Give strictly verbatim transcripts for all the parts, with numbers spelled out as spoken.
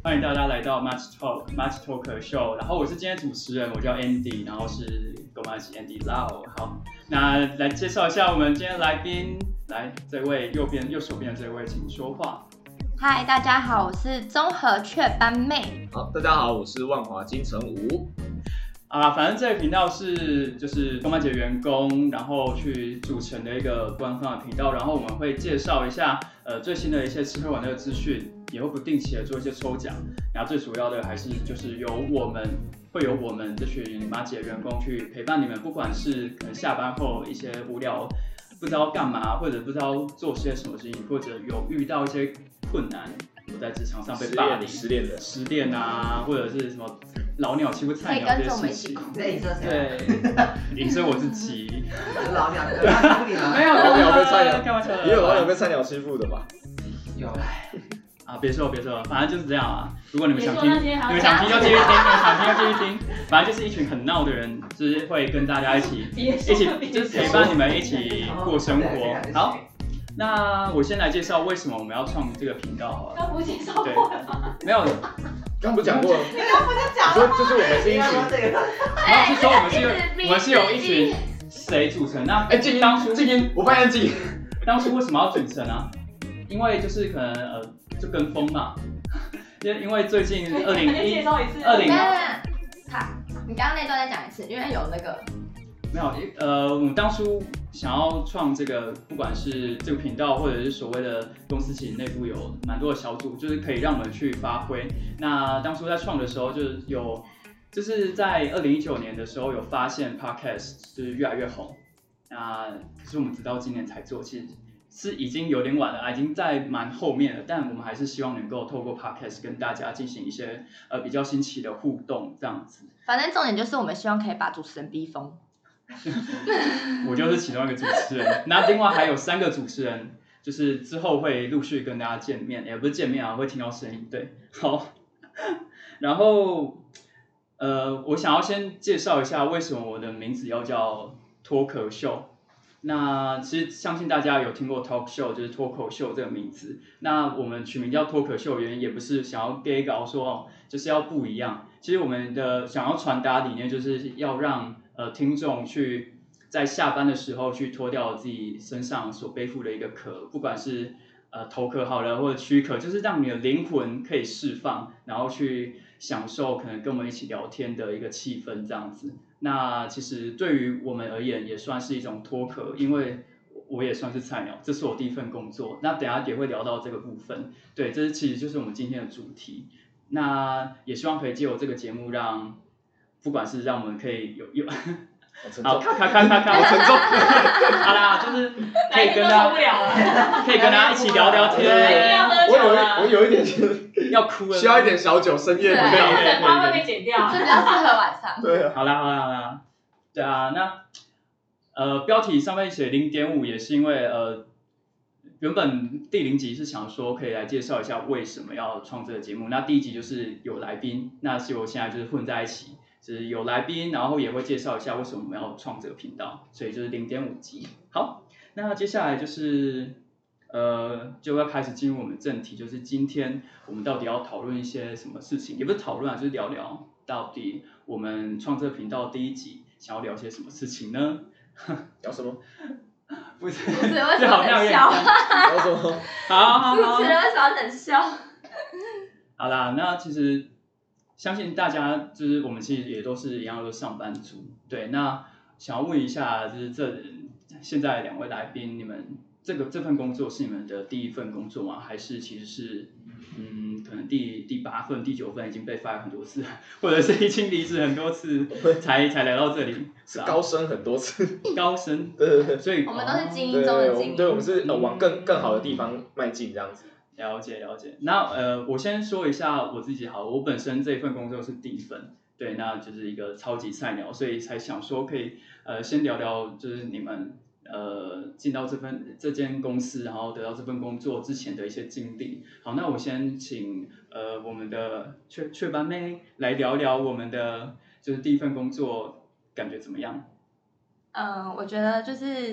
欢迎大家来到 Much Talk Much Talk Show。然后我是今天主持人，我叫 Andy， 然后是跟我们一起 Andy Lau。好，那来介绍一下我们今天的来宾，来这位右边右手边的这位，请说话。 嗨，大家好，我是综合雀斑妹。 好，大家好，我是万华金城武。 啊，反正这个频道是就是动漫节员工，然后去组成的一个官方的频道，然后我们会介绍一下呃最新的一些吃喝玩乐资讯，也会不定期的做一些抽奖，然后最主要的还是就是由我们会由我们这群马姐员工去陪伴你们，不管是可能下班后一些无聊不知道干嘛，或者不知道做些什么事情，或者有遇到一些困难，我在职场上被霸凌、 失恋的、 失恋啊，或者是什么老鸟欺负菜鸟这些事情， 对， 对，影射我自己。 老鸟，没有老鸟被菜鸟， 开玩笑的， 也有老鸟被菜鸟欺负的吧？ 有。 啊，别说别说，反正就是这样啊。如果你们想听，你们想听就继续听，你们想听就继续听。反正就是一群很闹的人，就是会跟大家一起一起，就是陪伴你们一起过生活。好。那我先来介绍为什么我们要创这个频道好了。 刚不介绍过了吗？ 没有， 刚不讲过了。 你刚不就讲了吗？ 就是我们是一群， 然后是说我们是有我们是有一群谁组成？那哎，静音，当初静音，我发现静音。 当初为什么要组成啊？因为就是可能呃，就跟风嘛。因为因为最近二零一二零， 好，你刚刚那段再讲一次，因为有那个。 没有，呃，我们当初想要创这个，不管是这个频道，或者是所谓的公司，其实内部有蛮多的小组，就是可以让我们去发挥。那当初在创的时候，就是有，就是在二零一九年的时候有发现 Podcast 就是越来越红。那可是我们直到今年才做，其实是已经有点晚了，已经在蛮后面了。但我们还是希望能够透过 Podcast 跟大家进行一些呃比较新奇的互动，这样子。 反正重点就是我们希望可以把主持人逼疯。 我就是其中一个主持人，那另外还有三个主持人，就是之后会陆续跟大家见面，也不是见面啊，会听到声音。对，好，然后呃，我想要先介绍一下为什么我的名字要叫脱口秀。那其实相信大家有听过 talk show， 就是脱口秀这个名字。那我们取名叫脱口秀，原因也不是想要 gay 搞说哦，就是要不一样。其实我们的想要传达理念就是要让呃，听众去在下班的时候去脱掉自己身上所背负的一个壳，不管是呃头壳好了或者躯壳，就是让你的灵魂可以释放，然后去享受可能跟我们一起聊天的一个气氛这样子。那其实对于我们而言也算是一种脱壳，因为我也算是菜鸟，这是我第一份工作。那等一下也会聊到这个部分，对，这是其实就是我们今天的主题。那也希望可以借由这个节目让。不管是让我们可以有有，好，咔咔咔咔咔，好沉重，好啦，就是可以跟大家，可以跟大家一起聊聊天。 我有我有一点是要哭了， 需要一点小酒，深夜对， 对， 怕会被剪掉，是比较适合晚上。 对啊， 好啦好啦好啦，对啊，那呃标题上面写零点五也是因为呃原本第零集是想说可以来介绍一下为什么要创这个节目，那第一集就是有来宾，那是我现在就是混在一起。就是有来宾，然后也会介绍一下为什么我们要创这个频道，所以就是零点五集。好，那接下来就是呃就要开始进入我们正题，就是今天我们到底要讨论一些什么事情，也不是讨论啊，就是聊聊到底我们创这个频道第一集想要聊些什么事情呢？ 聊什么？ 不是， 不是为什么冷笑？ 聊什么？ 好好好， 主持人为什么冷笑？ 好啦，那其实。相信大家就是我们其实也都是一样的上班族，对。那想要问一下，就是这现在两位来宾，你们这个这份工作是你们的第一份工作吗？还是其实是嗯，可能第第八份、第九份已经被 fire 很多次，或者是已经离职很多次，才才来到这里？ 是高升很多次， 高升， 对对对， 所以我们都是精英中的精英， 对，我们是呃往更更好的地方迈进这样子。 了解了解，那呃，我先说一下我自己好了，我本身这份工作是第一份，对，那就是一个超级菜鸟，所以才想说可以呃先聊聊，就是你们呃进到这份这间公司，然后得到这份工作之前的一些经历。好，那我先请呃我们的雀雀斑妹来聊聊我们的就是第一份工作感觉怎么样？ 嗯，我觉得就是我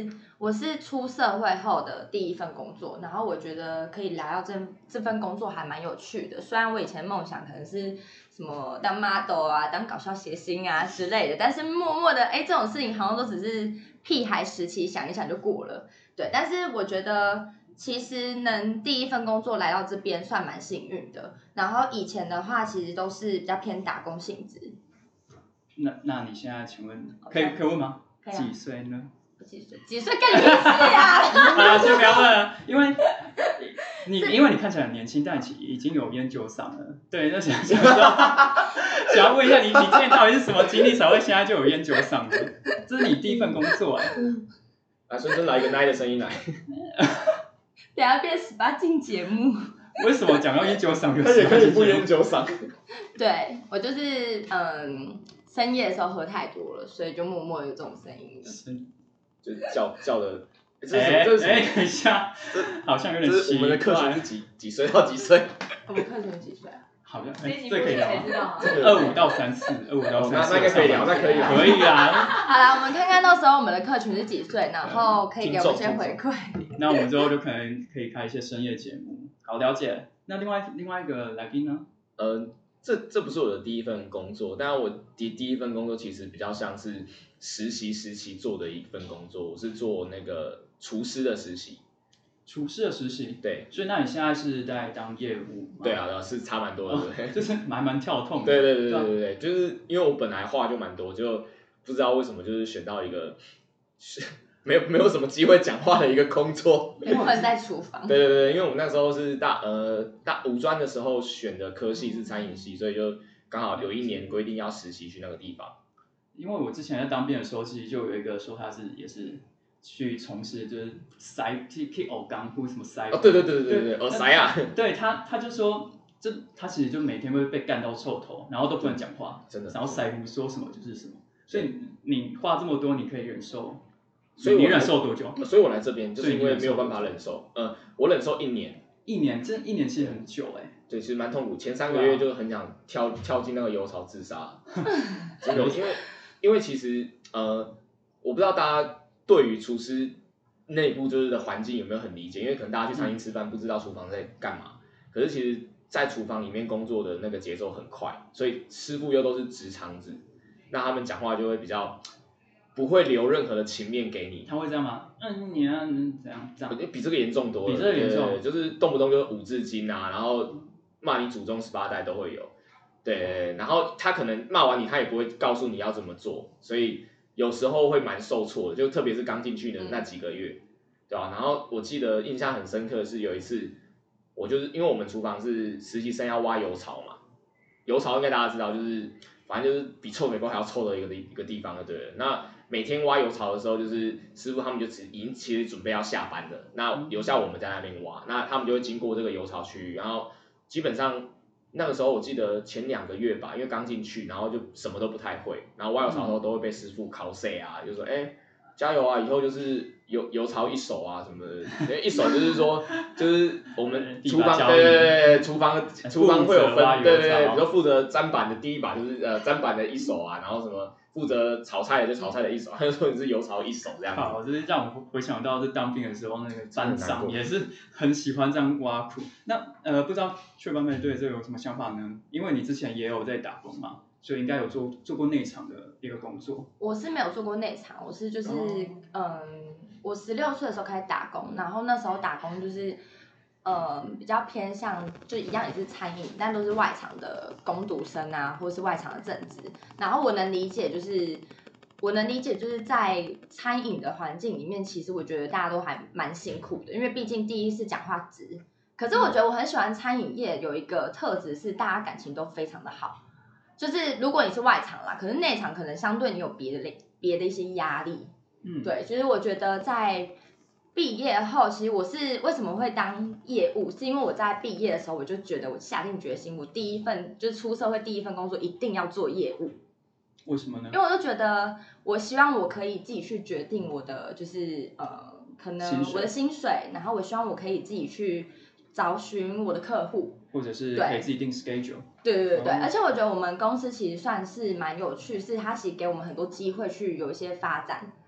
我是出社会后的第一份工作，然后我觉得可以来到这这份工作还蛮有趣的。虽然我以前梦想可能是什么当 model 啊、当搞笑谐星啊之类的，但是默默的，哎，这种事情好像都只是屁孩时期想一想就过了。对，但是我觉得其实能第一份工作来到这边算蛮幸运的。然后以前的话，其实都是比较偏打工性质。 那那你现在请问可以可以问吗？ 可以啊。 几岁呢？ 几岁？几岁干你屁事呀？ 啊，先不要问了，因为你因为你看起来很年轻，但你已经有烟酒嗓了。对，那想想想要问一下你，你之前到底是什么经历才会现在就有烟酒嗓的？这是你第一份工作哎、欸。 来，孙孙来一个奶的声音来。 等下变十八禁节目。 为什么讲到烟酒嗓就他也可以不烟酒嗓？ 对，我就是嗯，深夜的时候喝太多了，所以就默默有这种声音了。 就是叫叫的，这是什么？这是什么？ 哎，等一下，好像有点奇怪。 这是我们的客群是几几岁到几岁？ 我们客群几岁啊？ 好像这这可以聊吗？ 二五到三四，二五到三四， 那那可以聊，那可以聊， 可以啊。 好啦，我们看看到时候我们的客群是几岁，然后可以给我们一些回馈。 那我们之后就可能可以开一些深夜节目。好，了解。那另外另外一个来宾呢？ 呃，这这不是我的第一份工作，但我第第一份工作其实比较像是实习时期做的一份工作，我是做那个厨师的实习。 厨师的实习， 对， 所以那你现在是在当业务吗？ 对啊，对啊，是差蛮多的，对、 哦，就是蛮蛮跳痛的。 对对对对对对，就是因为我本来话就蛮多，就不知道为什么就是选到一个没有没有什么机会讲话的一个工作。 因为我们在厨房。 对对对，因为我们那时候是大呃大五专的时候选的科系是餐饮系，所以就刚好有一年规定要实习去那个地方。 因为我之前在当兵的时候，其实就有一个说他是也是去从事就是塞去去偶钢或什么塞。 哦，对对对对对对，偶塞啊。 对他他就说，这他其实就每天会被干到臭头，然后都不能讲话， 真的。 然后塞胡说什么就是什么，所以你话这么多，你可以忍受。 所以你忍受多久？ 所以我来这边就是因为没有办法忍受，呃，我忍受一年。 一年，这一年其实很久哎、欸。 对，其实蛮痛苦，前三个月就很想跳跳进那个油槽自杀。真的，因为因为其实呃，我不知道大家对于厨师内部就是的环境有没有很理解，因为可能大家去餐厅吃饭不知道厨房在干嘛，可是其实，在厨房里面工作的那个节奏很快，所以师傅又都是直肠子，那他们讲话就会比较。不会留任何的情面给你， 他会这样吗？嗯，你啊，这样这样， 比这个严重多了， 比这个严重， 就是动不动就五字经啊，然后骂你祖宗十八代都会有，对，然后他可能骂完你，他也不会告诉你要怎么做，所以有时候会蛮受挫的，就特别是刚进去的那几个月，对吧？然后我记得印象很深刻的是有一次，我就是因为我们厨房是实习生要挖油槽嘛，油槽应该大家知道，就是反正就是比臭水沟还要臭的一个一个地方，对了，那。每天挖油槽的时候，就是师傅他们就只已经其实准备要下班了，那留下我们在那边挖，那他们就会经过这个油槽区域，然后基本上那个时候我记得前两个月吧，因为刚进去，然后就什么都不太会，然后挖油槽的时候都会被师傅考试啊，就说哎、欸、加油啊，以后就是油油槽一手啊什么的，一手就是说就是我们厨房对对对厨房厨房会有分对对对，比如说负责砧板的第一把就是呃砧板的一手啊，然后什么。负责炒菜的就炒菜的一手，他就说你是油槽一手这样子。 好，就是让我回想到是当兵的时候，那个班长也是很喜欢这样挖苦。那呃，不知道雀斑妹对这有什么想法呢？因为你之前也有在打工嘛，所以应该有做做过内场的一个工作。 我是没有做过内场，我是就是、哦、嗯，我十六岁的时候开始打工，然后那时候打工就是。呃，比较偏向就一样也是餐饮，但都是外场的工读生啊，或是外场的正职。然后我能理解，就是我能理解，就是在餐饮的环境里面，其实我觉得大家都还蛮辛苦的，因为毕竟第一是讲话直。可是我觉得我很喜欢餐饮业有一个特质是大家感情都非常的好，就是如果你是外场啦，可是内场可能相对你有别的别的一些压力。嗯，对，就是我觉得在。毕业后，其实我是为什么会当业务，是因为我在毕业的时候，我就觉得我下定决心，我第一份就是出社会第一份工作一定要做业务。 为什么呢？ 因为我就觉得，我希望我可以自己去决定我的，就是呃，可能我的薪水，然后我希望我可以自己去找寻我的客户， 或者是可以自己定 schedule。 对对对对，哦、而且我觉得我们公司其实算是蛮有趣，是它其实给我们很多机会去有一些发展。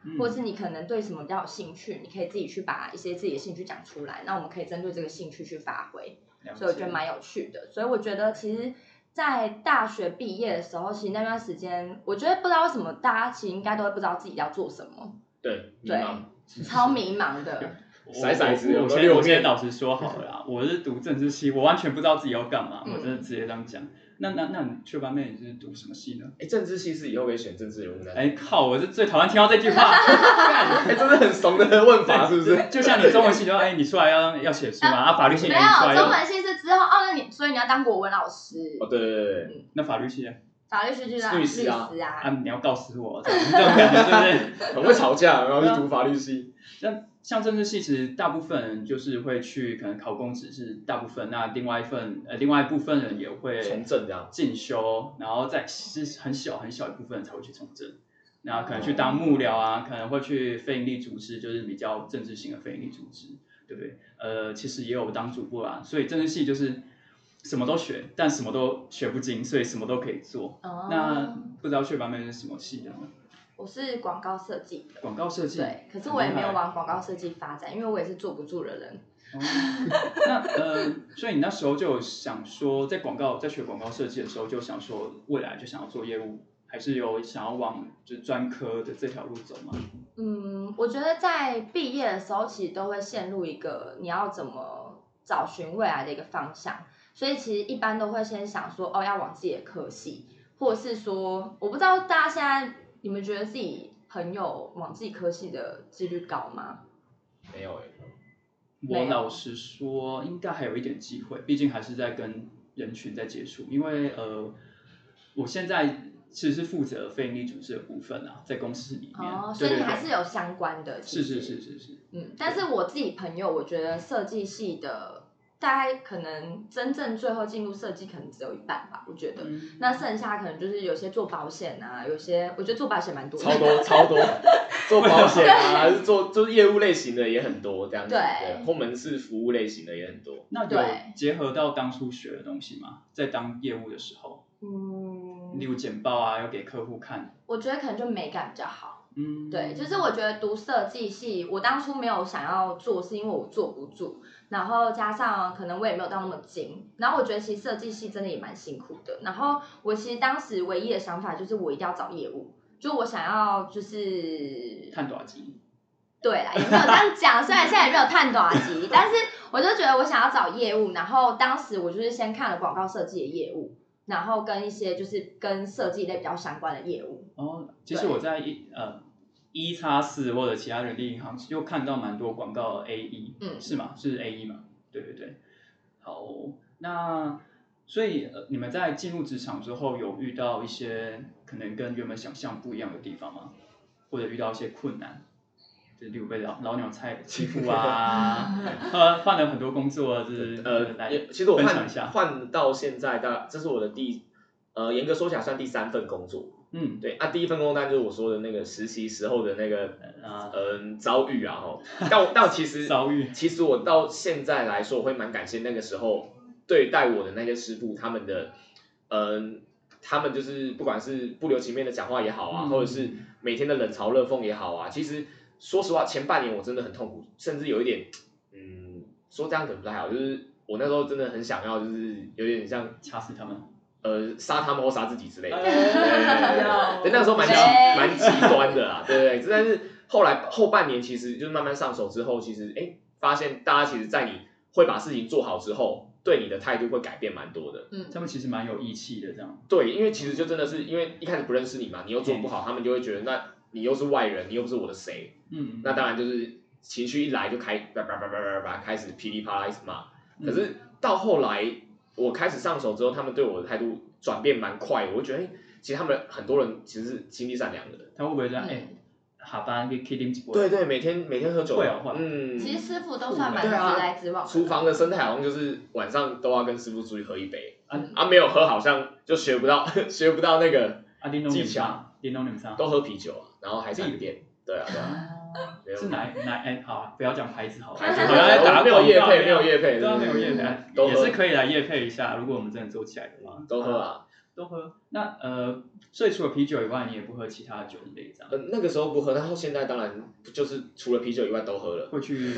嗯、或是你可能对什么比较有兴趣，你可以自己去把一些自己的兴趣讲出来，那我们可以针对这个兴趣去发挥，所以我觉得蛮有趣的。所以我觉得其实在大学毕业的时候，其实那段时间，我觉得不知道为什么大家其实应该都会不知道自己要做什么， 对， 对，超迷茫的。 骰骰子， 我先我先老实说好了啦，我是读政治系，我完全不知道自己要干嘛，嗯、我真的直接这样讲。那那那你雀斑妹你是读什么系呢？ 哎，政治系是以后可以选政治人物的。 哎靠，我是最讨厌听到这句话， 哎，真的很怂的问法，是不是？ 就像你中文系的话，哎，你出来要要写书嘛，啊，法律系没有，中文系是之后哦，那你所以你要当国文老师。 哦，对对对对。 嗯、那法律系呢？ 法律系就是律师啊， 啊，你要告死我，这种感觉对不对？ 很会吵架，然后去读法律系。 像像政治系，其实大部分人就是会去可能考公职是大部分，那另外一份呃另外一部分人也会从政这样进修，然后再其实很小很小一部分人才会去从政，那可能去当幕僚啊，可能会去非营利组织，就是比较政治性的非营利组织，对不对？呃，其实也有当主播啊，所以政治系就是什么都学，但什么都学不精，所以什么都可以做。哦、那不知道雀斑妹是什么系的呢？ 我是广告设计的。 广告设计。 对，可是我也没有往广告设计发展，因为我也是坐不住的人。 哦、那呃，所以你那时候就想说，在广告在学广告设计的时候，就想说未来就想要做业务，还是有想要往就是专科的这条路走吗？ 嗯，我觉得在毕业的时候，其实都会陷入一个你要怎么找寻未来的一个方向。所以其实一般都会先想说，哦，要往自己的科系，或者是说，我不知道大家现在你们觉得自己朋友往自己科系的几率高吗？ 没有诶、 欸，我老实说，应该还有一点机会，毕竟还是在跟人群在接触。因为呃，我现在其实是负责非营利组织的部分啊，在公司里面。 哦，所以你还是有相关的。 是是是是是。 嗯，但是我自己朋友，我觉得设计系的。大概可能真正最后进入设计可能只有一半吧，我觉得。嗯、那剩下可能就是有些做保险啊，有些我觉得做保险蛮多的。 超多超多，做保险啊，还是做就是业务类型的也很多这样子。 对。 或门市服务类型的也很多。 那有结合到当初学的东西吗？在当业务的时候，嗯，例如简报啊，要给客户看。 我觉得可能就美感比较好。 嗯， 对，就是我觉得读设计系，我当初没有想要做，是因为我坐不住。然后加上可能我也没有到那么精，然后我觉得其实设计系真的也蛮辛苦的。然后我其实当时唯一的想法就是我一定要找业务，就我想要就是探短期。 对啦，也没有这样讲，虽然现在也没有探短期，但是我就觉得我想要找业务。然后当时我就是先看了广告设计的业务，然后跟一些就是跟设计类比较相关的业务。 哦，其实我在一呃。一叉四或者其他人力银行就看到蛮多广告 A E， 嗯，是吗？是 A E 吗？对对对。好，那所以、呃、你们在进入职场之后，有遇到一些可能跟原本想象不一样的地方吗？或者遇到一些困难，就例如被老老鸟菜欺负啊，换换了很多工作，就是呃， 来其实我分享一下。 换到现在，大这是我的第呃，严格说起来算第三份工作。嗯，对啊，第一份工作当然就是我说的那个实习时候的那个嗯、呃、遭遇啊吼，但但其实遭遇， 其实我到现在来说，我会蛮感谢那个时候对待我的那些师傅，他们的嗯、呃，他们就是不管是不留情面的讲话也好啊，嗯、或者是每天的冷嘲热讽也好啊，其实说实话，前半年我真的很痛苦，甚至有一点嗯，说这样可能不太好，就是我那时候真的很想要，就是有点像掐死他们。 呃，杀他们或杀自己之类的，对对对对，那时候蛮极蛮极端的啦，对对对。但是后来后半年其实就是慢慢上手之后，其实哎，发现大家其实，在你会把事情做好之后，对你的态度会改变蛮多的。 嗯，他们其实蛮有义气的，这样。 对，因为其实就真的是因为一开始不认识你嘛，你又做不好，他们就会觉得那你又是外人，你又不是我的谁，嗯，那当然就是情绪一来就开叭叭叭叭叭叭开始噼里啪啦一直骂。可是到后来。我开始上手之后，他们对我的态度转变蛮快的，我就觉得，哎，其实他们很多人其实是心地善良的。 他会不会这样？哎、嗯，下班去 K 啉一杯？ 对对，每天每天喝酒。 会啊会。 嗯。其实师傅都算蛮直来直往。 厨房的生态好像就是晚上都要跟师傅出去喝一杯，嗯、啊没有喝好像就学不到学不到那个技巧。 叮咚你们都喝啤酒啊，然后还是一点，对啊对啊。 是哪哪哎好、啊，不要讲牌子好了， 牌子好像打没有业配，没有业配， 对啊，没有业配，也是可以来业配一下，如果我们真的做起来的话， 都喝啊。 都喝。那呃，所以除了啤酒以外，你也不喝其他的酒类这样？ 呃，那个时候不喝，然后现在当然就是除了啤酒以外都喝了。 会去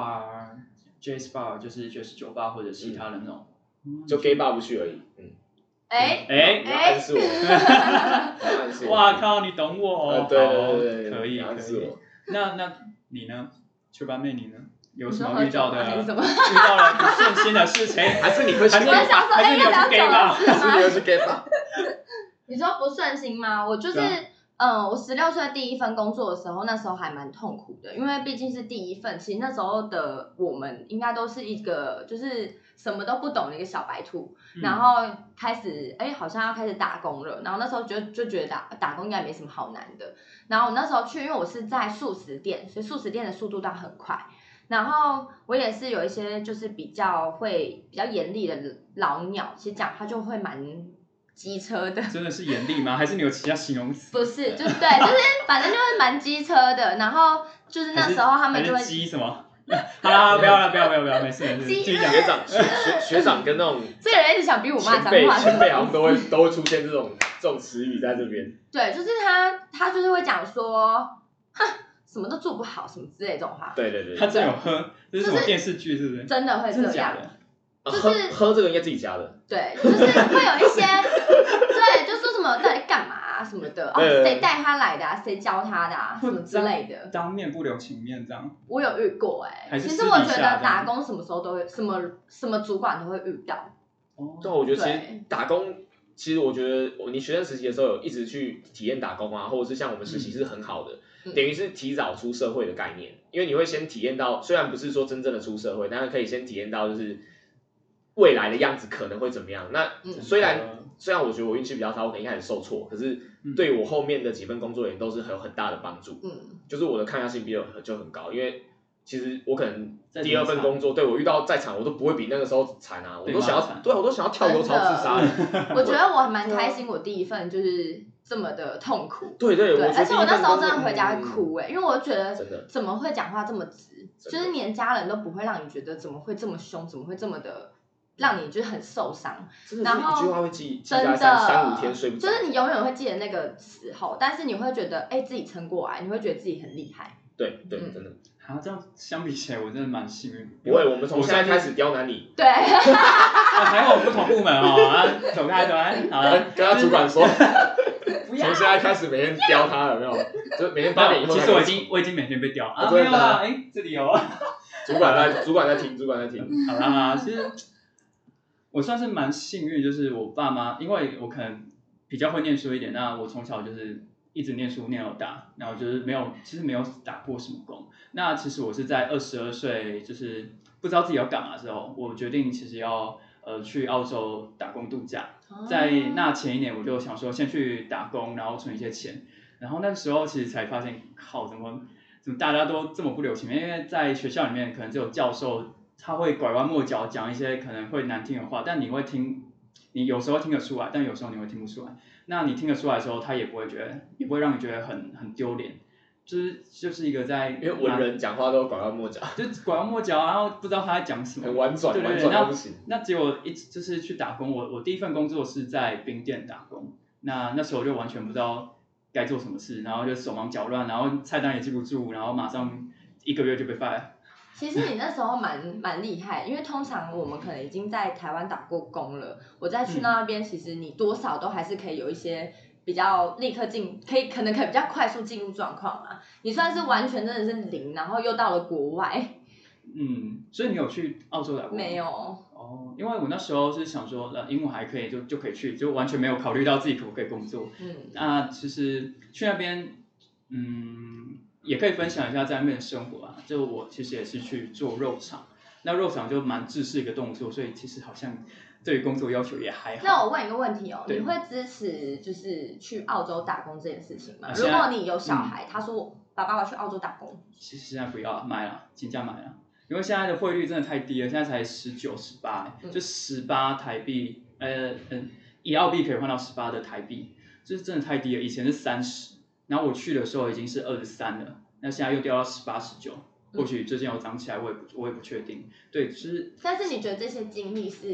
bar、jazz bar， 就是爵士酒吧或者其他的那种。 嗯、就 gay bar 不去而已。嗯。 哎哎哎， 暗示我，暗示我。 哇靠，你懂我。 呃、对对对对， 可以暗示我。 那那你呢？秋班妹你呢？有什么遇到的？ 遇到了不顺心的事情？ 还是你会去？ 我想说，哎，要聊 gay bar， 还是你会去 gay bar？ 你说不顺心吗？我就是。嗯，我十六岁第一份工作的时候，那时候还蛮痛苦的，因为毕竟是第一份，其实那时候的我们应该都是一个就是什么都不懂的一个小白兔，嗯、然后开始哎好像要开始打工了，然后那时候就就觉得打打工应该没什么好难的，然后我那时候去，因为我是在素食店，所以素食店的速度倒很快，然后我也是有一些就是比较会比较严厉的老鸟，其实讲他就会蛮。机车的真的是严厉吗？还是你有其他形容词？ 不是，就是对，就是反正就是蛮机车的，然后就是那时候他们就会机什么？好啦，不要了，不要，不要，不要，没事没事。继续讲。 学长学学学长跟那种， 这个人一直想逼我骂脏话， 前辈好像都会都会出现这种这种词语在这边。 对，就是他他就是会讲说，哼，什么都做不好，什么之类这种话。 对对对， 他真有喝，这是什么电视剧是不是？ 真的会这样。 就是喝喝这个应该自己加的。 对，就是会有一些，对，就说什么到底干嘛啊什么的，哦，谁带他来的啊，谁教他的啊，什么之类的。 当面不留情面这样。 我有遇过哎、 欸， 其实我觉得打工什么时候都会，什么什么主管都会遇到。 哦，对，我觉得其实打工，其实我觉得你学生实习的时候有一直去体验打工啊，或者是像我们实习是很好的。嗯、等于是提早出社会的概念，因为你会先体验到，虽然不是说真正的出社会，但是可以先体验到就是未来的样子可能会怎么样。那虽然、嗯、虽然我觉得我运气比较差，我可能一开始受挫，可是对我后面的几份工作也都是有很大的帮助。嗯，就是我的抗压性比就很高，因为其实我可能第二份工作，对我遇到再惨我都不会比那个时候惨啊，我都想要，对我都想要跳楼槽自杀。 我觉得我还蛮开心，我第一份就是这么的痛苦。 对对， 对， 我而且我那时候真的回家会哭哎、欸， 嗯、 因为我觉得怎么会讲话这么直，就是连家人都不会让你觉得怎么会这么凶，怎么会这么的。让你就是很受伤， 然后一句话会记记真的三五天睡不着， 就是你永远会记得那个时候，但是你会觉得哎、欸、自己撑过来，你会觉得自己很厉害。 对对，嗯、真的。 好、啊，这样相比起来，我真的蛮幸运。 不会，我们从现在开始刁难你。 对。 啊，还有不同部门哦，啊，走开走开，好了， 跟他主管说，从现在开始每天刁他，有没有？就每天八点以后。 其实我已经我已经每天被刁啊，没有啦，哎、欸，这里有啊。 主管在主管在听，主管在听。 好啦，其实。我算是蛮幸运，就是我爸妈，因为我可能比较会念书一点，那我从小就是一直念书念到大，然后就是没有，其实没有打过什么工。那其实我是在二十二岁，就是不知道自己要干嘛的时候，我决定其实要呃去澳洲打工度假。在那前一年，我就想说先去打工，然后存一些钱。然后那个时候其实才发现，靠，怎么怎么大家都这么不留情面？因为在学校里面可能只有教授。他会拐弯抹角讲一些可能会难听的话，但你会听，你有时候听得出来，但有时候你会听不出来。那你听得出来的时候，他也不会觉得，也不会让你觉得很很丢脸，就是就是一个在， 因为文人讲话都拐弯抹角， 就是拐弯抹角，然后不知道他在讲什么， 很婉转， 对对对， 婉转不行。 那结果一就是去打工，我我第一份工作是在冰店打工，那那时候就完全不知道该做什么事，然后就手忙脚乱，然后菜单也记不住，然后马上一个月就被 fire。 其实你那时候蛮蛮厉害，因为通常我们可能已经在台湾打过工了，我再去到那边，其实你多少都还是可以有一些比较立刻进，可以可能可以比较快速进入状况嘛。你算是完全真的是零，然后又到了国外。 嗯，所以你有去澳洲打工？ 没有。 哦，因为我那时候是想说，呃，英文还可以就就可以去，就完全没有考虑到自己可不可以工作。嗯。那其实去那边，嗯。也可以分享一下在那边的生活啊，就我其实也是去做肉场，那肉场就蛮制式一个动作，所以其实好像对于工作要求也还好。 那我问一个问题哦，你会支持就是去澳洲打工这件事情吗？啊、如果你有小孩，嗯、他说爸爸我要去澳洲打工， 其实现在不要买了，尽价买了，因为现在的汇率真的太低了，现在才十九、十八，就十八台币，呃嗯，一澳币可以换到十八的台币，就是真的太低了，以前是三十。然后我去的时候已经是二十三了，那现在又掉到十八、十九，或许最近有涨起来，我也不我也不确定。对，就是。 但是你觉得这些经历是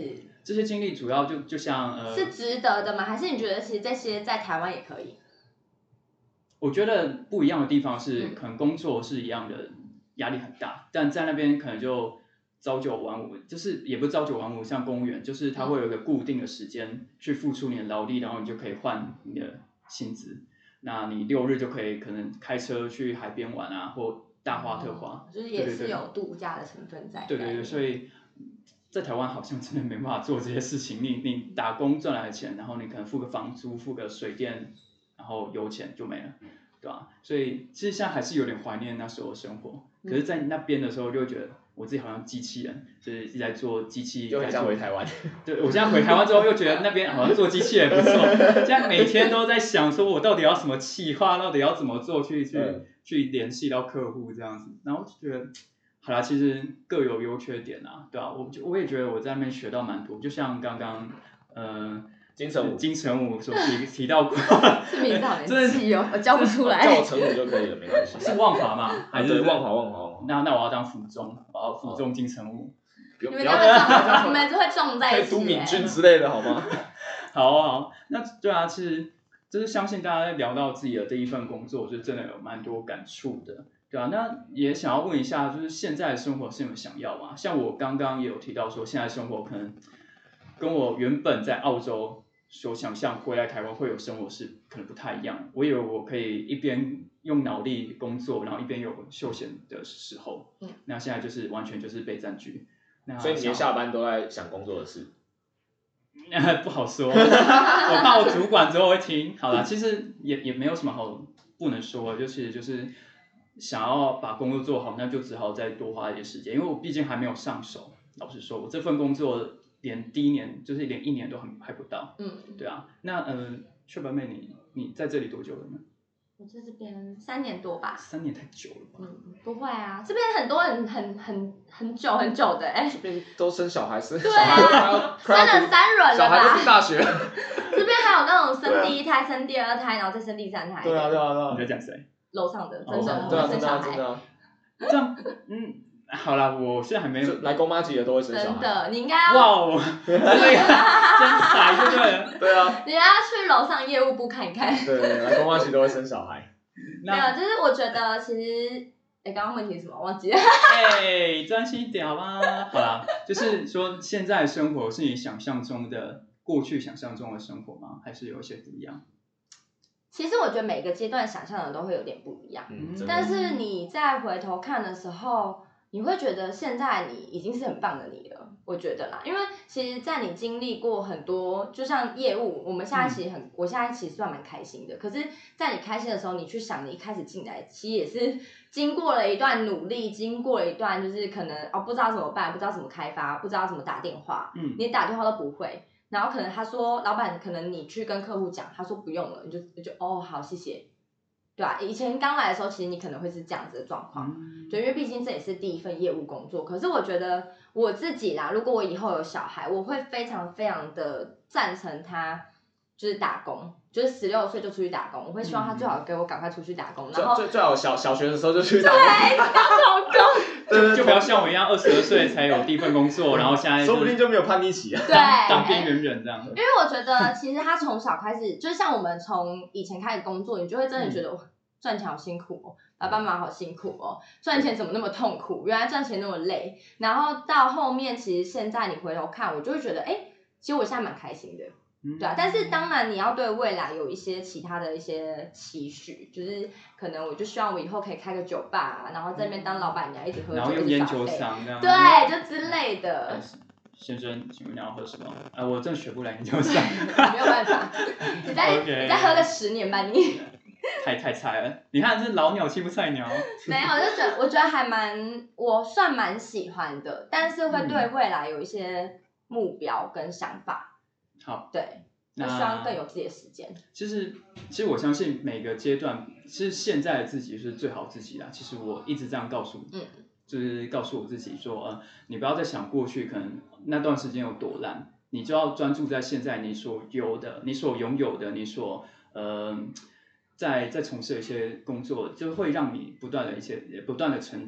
这些经历主要就就像呃， 是值得的吗？还是你觉得其实这些在台湾也可以？ 我觉得不一样的地方是， 嗯可能工作是一样的，压力很大，但在那边可能就朝九晚五，就是也不是朝九晚五，像公务员，就是他会有一个固定的时间去付出你的劳力，然后你就可以换你的薪资。那你六日就可以可能开车去海边玩啊，或大花特花， 哦、就是也是有度假的成分在。 对对对，所以在台湾好像真的没办法做这些事情。你你打工赚来的钱，然后你可能付个房租，付个水电，然后油钱就没了，对吧？所以其实现在还是有点怀念那时候的生活。可是，在那边的时候就会觉得我自己好像机器人，就是一直在做机器。 就很想回台湾。 对，我现在回台湾之后又觉得那边好像做机器人不错，现在每天都在想说我到底要什么企划，到底要怎么做去去、嗯、去联系到客户这样子，然后就觉得。好啦，其实各有优缺点啊，对吧、啊？我我也觉得我在那边学到蛮多，就像刚刚呃金城武金城武所提提到过， 这名字好难记哦，我叫不出来。 叫我城武就可以了，没关系。 是万华吗？还是对万华万华？ 那那我要当府中，我要府中金城武。 你们这样你们就会撞在一起。 可以都敏俊之类的好吗？ 好啊好，那对啊，其实就是相信大家在聊到自己的第一份工作，就真的有蛮多感触的。对啊，那也想要问一下，就是现在的生活是你们想要吗？像我刚刚也有提到说，现在生活可能跟我原本在澳洲所想象回来台湾会有生活是可能不太一样。我以为我可以一边用脑力工作，然后一边有休闲的时候，嗯，那现在就是完全就是被占据。那所以你连下班都在想工作的事？ 不好说，我怕我主管之后会听。好啦，其实也也没有什么好不能说，就是就是。想要把工作做好，那就只好再多花一点时间，因为我毕竟还没有上手。老实说，我这份工作连第一年就是连一年都很还不到。嗯，对啊。那呃，雀白妹你你在这里多久了呢？ 我在这边三年多吧。 三年太久了吧？ 嗯，不会啊，这边很多人很很很久很久的哎、欸。 这边都生小孩生， 对啊，生了三轮了吧？ 小孩都进大学了。 这边还有那种生第一胎、生第二胎，然后再生第三胎。 对啊对啊对啊。 你在讲谁？ 楼上的，真的， 对啊， 真的，真的。 这样，嗯，好啦，我现在还没有来公妈级的都会生小孩。 真的，你应该要。 哇哦，真的，真傻就对了。 对啊。 你要去楼上业务部看一看。 对对，来公妈级都会生小孩。 没有，就是我觉得其实，哎，刚刚问题是什么？忘记了。 哎，专心一点好吗？好啦，就是说现在的生活是你想象中的，过去想象中的生活吗？还是有一些不一样？ 其实我觉得每个阶段想象的都会有点不一样，嗯、但是你再回头看的时候，你会觉得现在你已经是很棒的你了，我觉得啦，因为其实，在你经历过很多，就像业务，我们现在其实很，嗯、我现在其实算蛮开心的。可是，在你开心的时候，你去想你一开始进来，其实也是经过了一段努力，经过了一段就是可能哦不知道怎么办，不知道怎么开发，不知道怎么打电话，嗯，你打电话都不会。然后可能他说，老板可能你去跟客户讲，他说不用了，你就你就哦好谢谢，对吧、啊？以前刚来的时候，其实你可能会是这样子的状况，嗯、对，因为毕竟这也是第一份业务工作。可是我觉得我自己啦，如果我以后有小孩，我会非常非常的赞成他就是打工，就是十六岁就出去打工，我会希望他最好给我赶快出去打工，然后最最好小小学的时候就去打工， 对，当老公。 就, 就不要像我一样二十二岁才有第一份工作，然后现在说不定就没有叛逆期啊， 对， 当边缘人这样。 因为我觉得其实他从小开始，就像我们从以前开始工作，你就会真的觉得哇，赚钱好辛苦哦，爸爸妈妈好辛苦哦，赚钱怎么那么痛苦？原来赚钱那么累。然后到后面，其实现在你回头看，我就会觉得，哎，其实我现在蛮开心的。对啊，但是当然你要对未来有一些其他的一些期许，就是可能我就希望我以后可以开个酒吧、啊，然后在那边当老板娘，一直喝酒， 然后用烟酒嗓这样， 对，就之类的。 先生，请问你要喝什么？啊，我真的学不来烟酒嗓， 没有办法，你再、okay. 你再喝个十年吧你。 太太菜了，你看这老鸟欺负菜鸟。 没有，就觉得我觉得还蛮，我算蛮喜欢的，但是会对未来有一些目标跟想法。 好， 对，就希望更有自己的时间。 其实，其实我相信每个阶段，其实现在的自己是最好自己啦。其实我一直这样告诉，嗯，就是告诉我自己说，呃，你不要再想过去可能那段时间有多烂，你就要专注在现在你所有的、你所拥有的、你所呃，在在从事的一些工作，就会让你不断的一些不断的成长。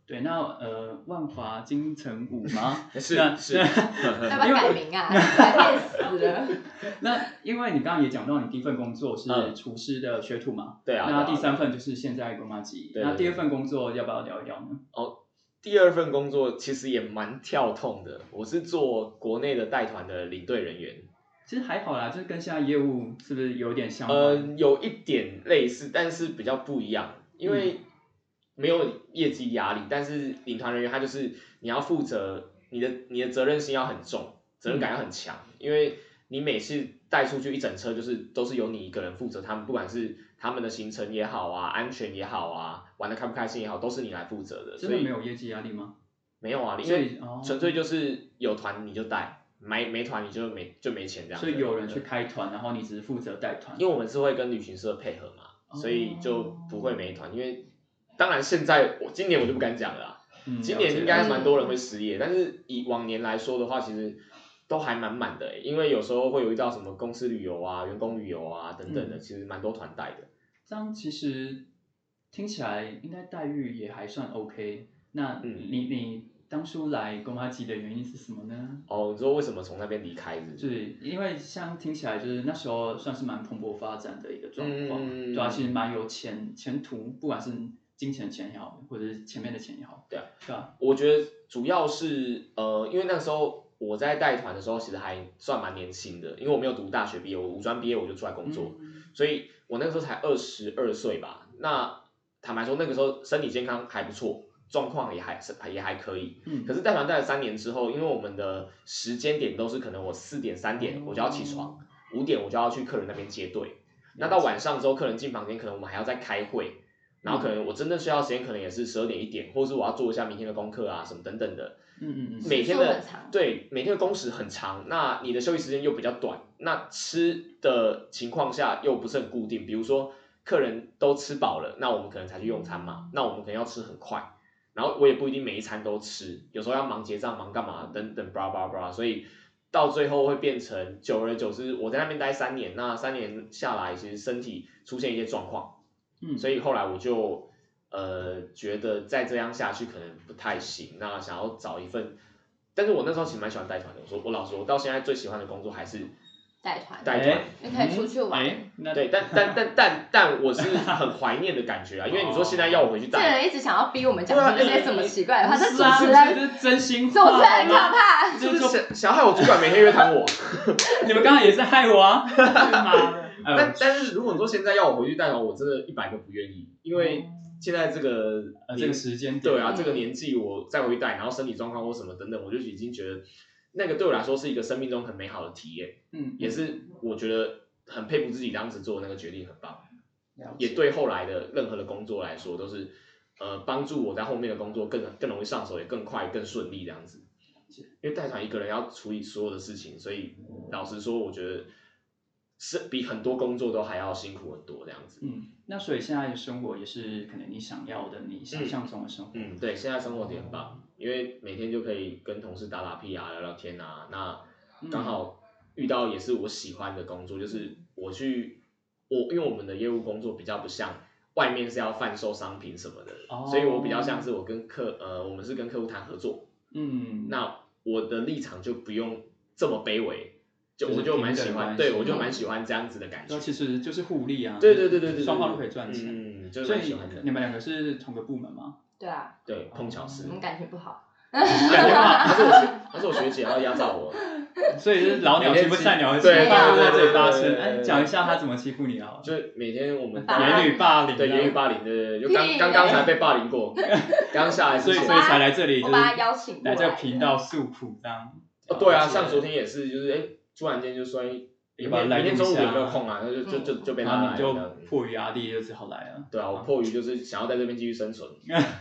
对，那呃，万华金城武吗？ 是是， 要不要改名啊？累死了。 那因为你刚刚也讲到，你第一份工作是厨师的学徒嘛？ 嗯、对啊。 那第三份就是现在公妈吉。那第二份工作要不要聊一聊呢？ 哦，第二份工作其实也蛮跳痛的，我是做国内的带团的领队人员。 其实还好啦，就是跟现在业务是不是有点相关？ 呃，有一点类似，但是比较不一样，因为没有业绩压力，但是领团人员他就是你要负责，你的你的责任心要很重，责任感要很强，嗯、因为你每次带出去一整车，就是都是由你一个人负责，他们不管是他们的行程也好啊，安全也好啊，玩的开不开心也好，都是你来负责的。 真的没有业绩压力吗？ 没有啊，因为纯粹就是有团你就带。没没团你就没就没钱这样， 所以有人去开团，然后你只是负责带团。 因为我们是会跟旅行社配合嘛，哦、所以就不会没团。因为当然现在我今年我就不敢讲了啦，嗯、今年应该蛮多人会失业，嗯、但是以往年来说的话，其实都还满满的，因为有时候会有遇到什么公司旅游啊、员工旅游啊等等的，嗯、其实蛮多团带的。 这样其实听起来应该待遇也还算 OK。那你、嗯、你。当初来公妈吉的原因是什么呢？ 哦，你说为什么从那边离开是不是？ 对，因为像听起来就是那时候算是蛮蓬勃发展的一个状况，嗯、对啊，其实蛮有前前途，不管是金钱钱也好，或者是前面的钱也好， 对啊， 对啊。 我觉得主要是呃，因为那时候我在带团的时候，其实还算蛮年轻的，因为我没有读大学毕业，我五专毕业我就出来工作，嗯、所以我那个时候才二十二岁吧。那坦白说，那个时候身体健康还不错。状况也还是也还可以，嗯，可是带团带了三年之后，因为我们的时间点都是可能我四点三点我就要起床，五点我就要去客人那边接队，那到晚上之后客人进房间，可能我们还要再开会，然后可能我真正睡觉时间可能也是十二点一点，或者是我要做一下明天的功课啊什么等等的，嗯嗯嗯，每天的对每天的工时很长，那你的休息时间又比较短，那吃的情况下又不是很固定，比如说客人都吃饱了，那我们可能才去用餐嘛，那我们可能要吃很快。然后我也不一定每一餐都吃，有时候要忙结账、忙干嘛等等 ，blah blah blah， 所以到最后会变成久而久之，我在那边待三年，那三年下来，其实身体出现一些状况，嗯，所以后来我就呃觉得再这样下去可能不太行，那想要找一份，但是我那时候其实蛮喜欢带团的，我说我老实说，我到现在最喜欢的工作还是带团， 带团， 你可以出去玩。 对，但但但但但我是很怀念的感觉啊，因为你说现在要我回去带， 这人一直想要逼我们讲出这些什么奇怪的话，这主持人是真心话， 主持人很可怕， 就是想想害我主管每天约谈我， 你们刚刚也是害我啊，妈的！ 但但是如果你说现在要我回去带团，我真的一百个不愿意，因为现在这个这个时间对啊，这个年纪我再回去带，然后身体状况或什么等等，我就已经觉得。那个对我来说是一个生命中很美好的体验，嗯，也是我觉得很佩服自己当時做的那个决定，很棒，也对后来的任何的工作来说都是，呃，帮助我在后面的工作更更容易上手，也更快更顺利这样子。因为带团一个人要处理所有的事情，所以老实说，我觉得是比很多工作都还要辛苦很多这样子。 嗯，那所以现在的生活也是可能你想要的，你想象中的生活。 嗯，嗯对，现在生活也很棒。因为每天就可以跟同事打打屁啊，聊聊天啊，那刚好遇到也是我喜欢的工作，嗯、就是我去我因为我们的业务工作比较不像外面是要贩售商品什么的，哦、所以我比较像是我跟客呃我们是跟客户谈合作，嗯，那我的立场就不用这么卑微，就我就蛮喜欢，对我就蛮喜欢这样子的感觉。 那其实就是互利啊， 对对对对对， 双方都可以赚钱， 嗯，就是蛮喜欢的。 所以你们两个是同个部门吗？ 对啊， 对，碰巧是。 我们感情不好。 感情不好， 她是我学，她是我学姐，然后压榨我。 所以就是老鸟欺负菜鸟， 对对在这里发生。哎，讲一下他怎么欺负你啊？ 就每天我们言语霸凌， 对言语霸凌，对对，就刚刚刚才被霸凌过，刚下来， 所以所以才来这里， 我把他邀请来这个频道诉苦这样。 哦，对啊，像昨天也是，就是哎，突然间就说。明天明天中午有没有空啊？就就就就被他来了， 就迫于压力就只好来了。 对啊，我迫于就是想要在这边继续生存。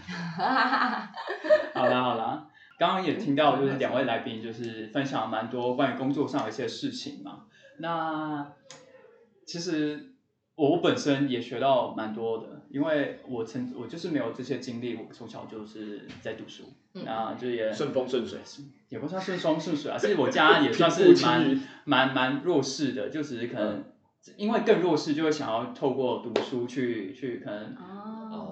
好啦好啦，刚刚也听到就是两位来宾就是分享了蛮多关于工作上的一些事情嘛。那其实我本身也学到蛮多的，因为我曾我就是没有这些经历，我从小就是在读书，嗯、那就也顺风顺水， 也不算顺风顺水啊，其实我家也算是蛮蛮蛮弱势的，就只是可能、嗯、因为更弱势，就会想要透过读书去去可能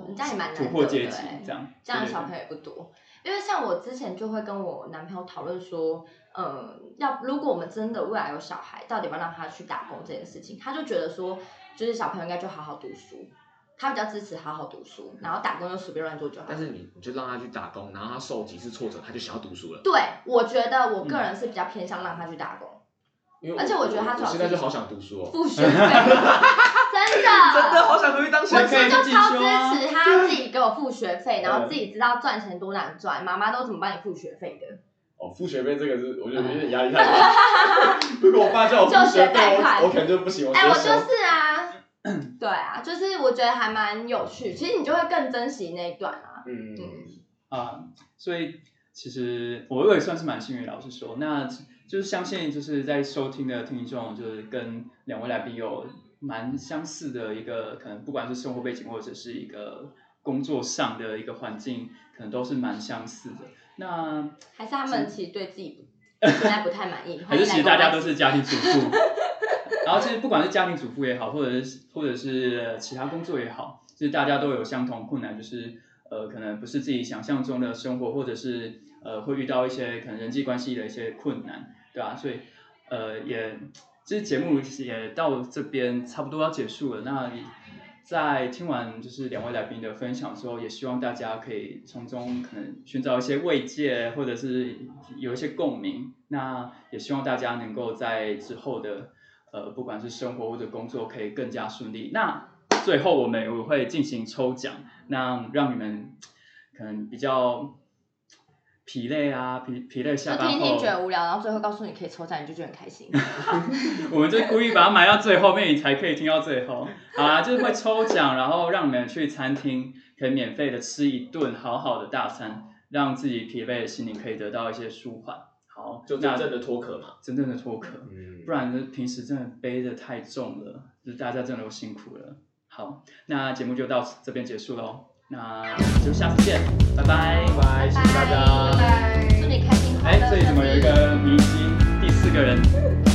这样也蛮难得的、欸。 突破阶级这样， 这样的小朋友也不多。因为像我之前就会跟我男朋友讨论说，嗯，要如果我们真的未来有小孩，到底要不要让他去打工这件事情，他就觉得说，就是小朋友应该就好好读书，他比较支持好好读书，然后打工就随便乱做就好。 但是你你就让他去打工，然后他受几次挫折，他就想要读书了。 对，我觉得我个人是比较偏向让他去打工， 因为而且我觉得他最好现在就好想读书哦， 付学费，真的真的好想回去当学我生。 其实就超支持他自己给我付学费，然后自己知道赚钱多难赚，妈妈都怎么帮你付学费的。 哦，付学费这个是我觉得有点压力太大。如果我爸叫我付学费，我我可能就不行，我哎、欸，我就是啊，对啊，就是我觉得还蛮有趣，其实你就会更珍惜那一段啊。 嗯嗯啊，所以其实我也算是蛮幸运，老实说，那就是相信就是在收听的听众，就是跟两位来宾有蛮相似的一个，可能不管是生活背景或者是一个工作上的一个环境，可能都是蛮相似的。那还是他们其实对自己现在不太满意， 还是其实大家都是家庭主妇，然后其实不管是家庭主妇也好，或者是或者是其他工作也好，其实大家都有相同困难，就是呃可能不是自己想象中的生活，或者是呃会遇到一些可能人际关系的一些困难，对吧、啊？所以呃也其实节目也到这边差不多要结束了，那在听完就是两位来宾的分享之后，也希望大家可以从中可能寻找一些慰藉，或者是有一些共鸣。那也希望大家能够在之后的呃不管是生活或者工作可以更加顺利。那最后我们也会进行抽奖，那让你们可能比较疲累啊，疲疲累下班后， 就听一听觉得无聊，然后最后告诉你可以抽奖，你就觉得很开心。 我们就故意把它埋到最后面，你才可以听到最后。好啦，就是会抽奖，然后让你们去餐厅可以免费的吃一顿好好的大餐，让自己疲惫的心灵可以得到一些舒缓。好， 就真正的脱壳嘛， 真正的脱壳， 嗯， 不然平时真的背得太重了，就是大家真的都辛苦了。好，那节目就到这边结束喽，那就下次见，拜拜， 拜拜，谢谢大家， 拜拜，祝你开心快乐。 哎，这里怎么有一个明星第四个人？